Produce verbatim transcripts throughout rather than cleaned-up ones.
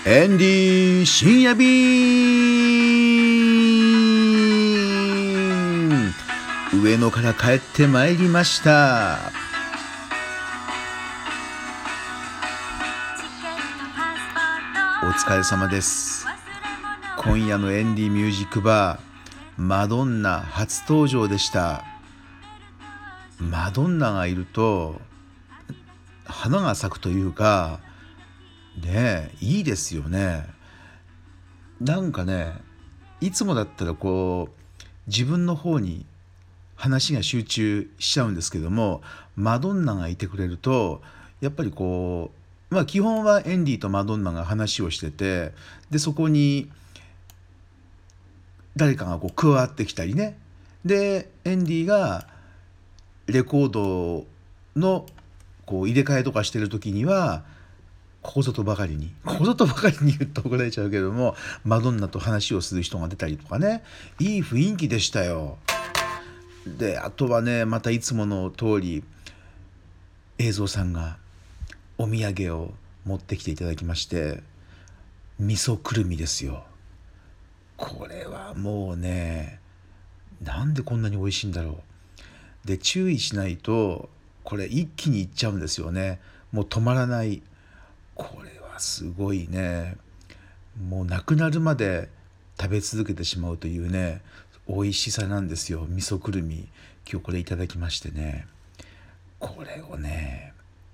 エンディ深夜便。上野から帰ってまいりました。お疲れ様です。今夜のエンディミュージックバー、マドンナ初登場でした。マドンナがいると花が咲くというかね、えいいですよね。なんかね、いつもだったらこう自分の方に話が集中しちゃうんですけども、マドンナがいてくれるとやっぱりこうまあ基本はエンディとマドンナが話をしてて、でそこに誰かがこう加わってきたりね、でエンディがレコードのこう入れ替えとかしてる時にはここぞとばかりにここぞとばかりに言うと怒られちゃうけども、マドンナと話をする人が出たりとかね、いい雰囲気でしたよ。であとはね、またいつもの通り映像さんがお土産を持ってきていただきまして、味噌くるみですよ。これはもうね、なんでこんなに美味しいんだろう。で注意しないとこれ一気にいっちゃうんですよね。もう止まらない。これはすごいね、もうなくなるまで食べ続けてしまうというね、美味しさなんですよ。味噌くるみ、今日これいただきましてね、これをね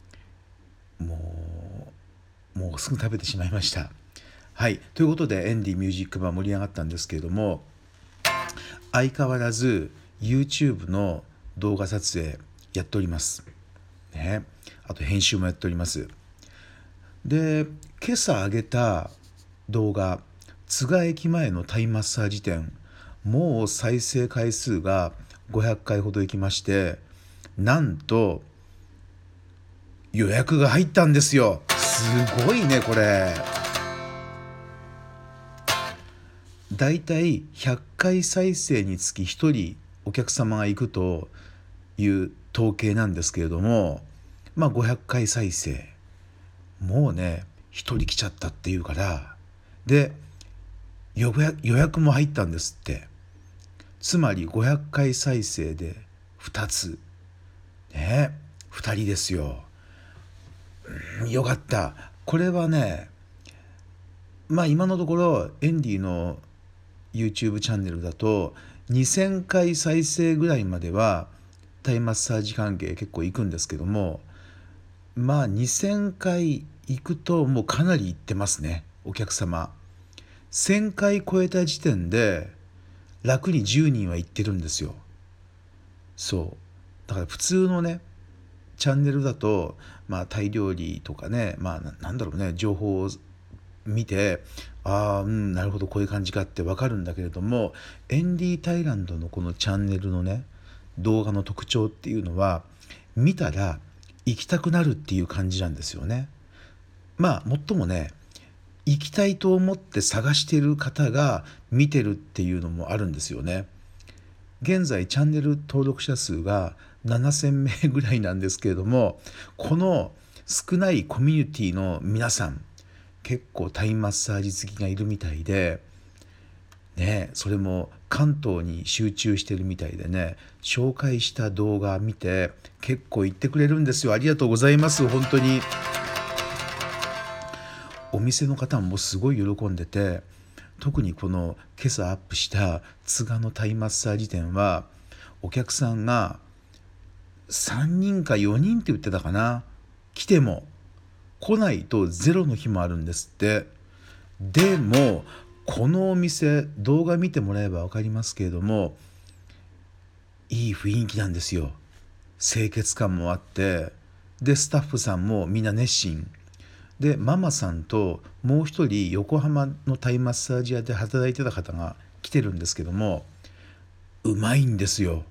もうもうすぐ食べてしまいました。はい、ということでエンディミュージックバー盛り上がったんですけれども、相変わらず YouTube の動画撮影やっておりますね。あと編集もやっております。で今朝上げた動画、津賀駅前のタイマッサージ店、もう再生回数がごひゃっかいほど行きまして、なんと予約が入ったんですよ。すごいねこれ。だいたいひゃっかい再生につきひとりお客様が行くという統計なんですけれども、まあごひゃっかい再生、もうねひとり来ちゃったっていうから、で予約予約も入ったんですって。つまりごひゃっかい再生でふたつね、ふたりですよ。うん、よかった。これはね、まあ今のところエンディの YouTube チャンネルだとにせんかい再生ぐらいまではタイマッサージ関係結構行くんですけども、まあにせんかい行くともうかなり行ってますね、お客様。せんかい超えた時点で楽にじゅうにんは行ってるんですよ。そうだから普通のねチャンネルだと、まあタイ料理とかね、まあななんだろうね、情報を見て、ああうんなるほどこういう感じかってわかるんだけれども、エンディタイランドのこのチャンネルのね動画の特徴っていうのは、見たら行きたくなるっていう感じなんですよね。まあもっともね、行きたいと思って探している方が見てるっていうのもあるんですよね。現在チャンネル登録者数がななせんめいぐらいなんですけれども、この少ないコミュニティの皆さん、結構タイマッサージ好きがいるみたいでね、それも関東に集中してるみたいでね、紹介した動画見て結構言ってくれるんですよ。ありがとうございます。本当にお店の方もすごい喜んでて、特にこの今朝アップした津賀のタイマッサージ店はお客さんがさんにんかよにんって言ってたかな、来ても来ないとゼロの日もあるんですって。でもこのお店動画見てもらえば分かりますけれども、いい雰囲気なんですよ。清潔感もあって、でスタッフさんもみんな熱心で、ママさんともう一人横浜のタイマッサージ屋で働いてた方が来てるんですけども、うまいんですよ。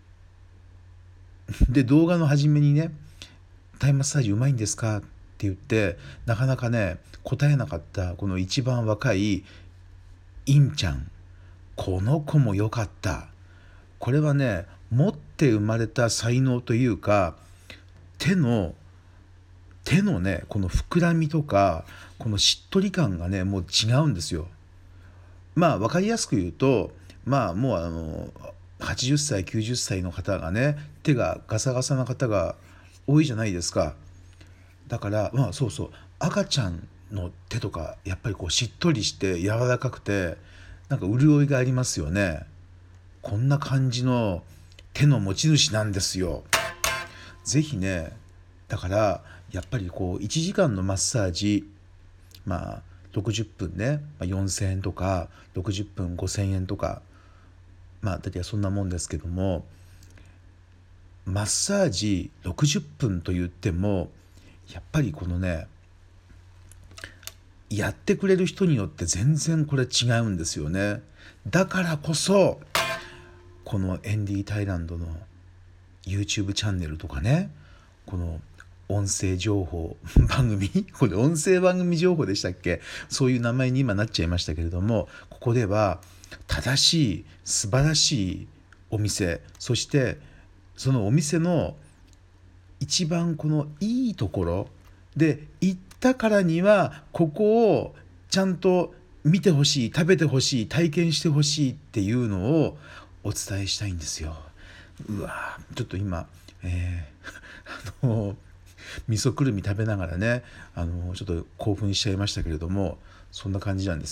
で動画の初めにね、タイマッサージうまいんですかって言って、なかなかね答えなかったこの一番若いインちゃん、この子も良かった。これはね持って生まれた才能というか、手の手のねこの膨らみとかこのしっとり感がねもう違うんですよ。まあ分かりやすく言うと、まあもうあのはちじゅっさいきゅうじゅっさいの方がね手がガサガサな方が多いじゃないですか。だからまあそうそう、赤ちゃんの手とかやっぱりこうしっとりして柔らかくてなんか潤いがありますよね。こんな感じの手の持ち主なんですよ。ぜひね、だからやっぱりこういちじかんのマッサージ、まあろくじゅっぷんね、まあ、よんせんえんとかろくじゅっぷんごせんえんとか、まあ大体そんなもんですけども、マッサージろくじゅっぷんと言ってもやっぱりこのねやってくれる人によって全然これ違うんですよね。だからこそこのエンディ・タイランドの YouTube チャンネルとかね、この音声情報番組これ音声番組情報でしたっけ、そういう名前に今なっちゃいましたけれども、ここでは正しい素晴らしいお店、そしてそのお店の一番このいいところで行ったからにはここをちゃんと見てほしい、食べてほしい、体験してほしいっていうのをお伝えしたいんですよ。うわちょっと今、えー、あの味噌くるみ食べながらね、あのちょっと興奮しちゃいましたけれども、そんな感じなんです。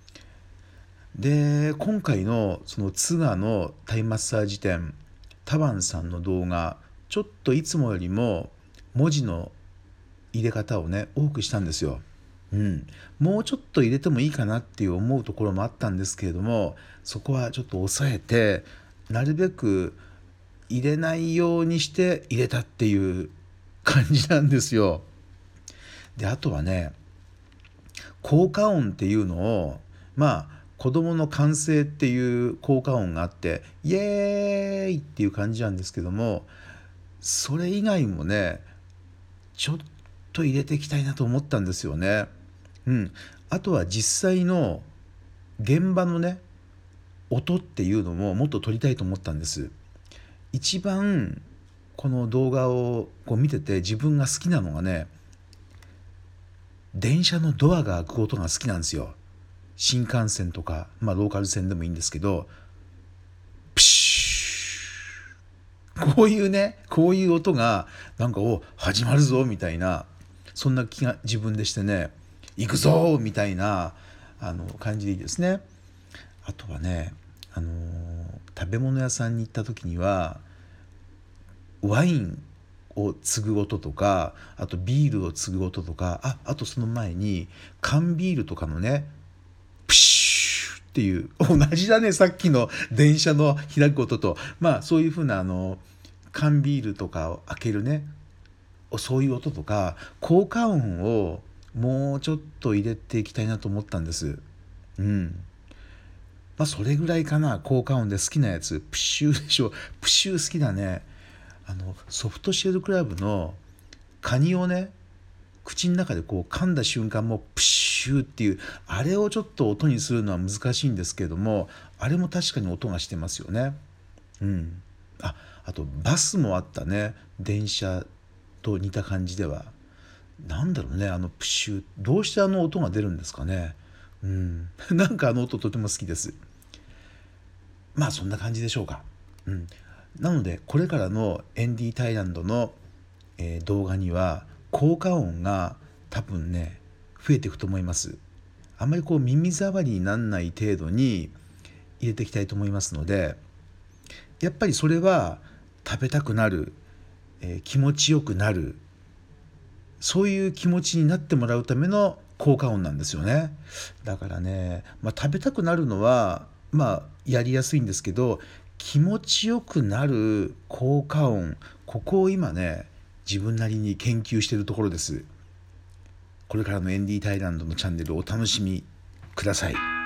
で今回のその津賀のタイマッサージ店タバンさんの動画、ちょっといつもよりも文字の入れ方をね多くしたんですよ。うん、もうちょっと入れてもいいかなっていう思うところもあったんですけれども、そこはちょっと抑えてなるべく入れないようにして入れたっていう感じなんですよ。であとはね、効果音っていうのをまあ子供の歓声っていう効果音があってイエーイっていう感じなんですけども、それ以外もねちょっと入れていきたいなと思ったんですよね。うん、あとは実際の現場のね音っていうのももっと撮りたいと思ったんです。一番この動画をこう見てて自分が好きなのがね、電車のドアが開く音が好きなんですよ。新幹線とか、まあローカル線でもいいんですけど、プシュー、こういうねこういう音がなんかお始まるぞみたいな、そんな気が自分でしてね、行くぞみたいなあの感じでいいですね。あとはね、あのー食べ物屋さんに行った時にはワインを継ぐ音とか、あとビールを継ぐ音とか、ああとその前に缶ビールとかのねプシューっていう同じだね、さっきの電車の開く音と、まあそういう風なあの缶ビールとかを開けるね、そういう音とか効果音をもうちょっと入れていきたいなと思ったんです。うん。まあそれぐらいかな。効果音で好きなやつプシューでしょ。プシュー好きだね。あのソフトシェルクラブのカニをね口の中でこう噛んだ瞬間もプシューっていうあれをちょっと音にするのは難しいんですけれども、あれも確かに音がしてますよね。うん。あ、あとバスもあったね。電車と似た感じではなんだろうね、あのプシューどうしてあの音が出るんですかね。うん。なんかあの音とても好きです。まあそんな感じでしょうか。うん。なのでこれからのエンディ・タイランドの、えー動画には効果音が多分ね増えていくと思います。あんまりこう耳障りにならない程度に入れていきたいと思いますので、やっぱりそれは食べたくなる、えー気持ちよくなる、そういう気持ちになってもらうための効果音なんですよね。だからね、まあ、食べたくなるのはまあやりやすいんですけど、気持ちよくなる効果音、ここを今ね自分なりに研究しているところです。これからのエンディ・タイランドのチャンネルをお楽しみください。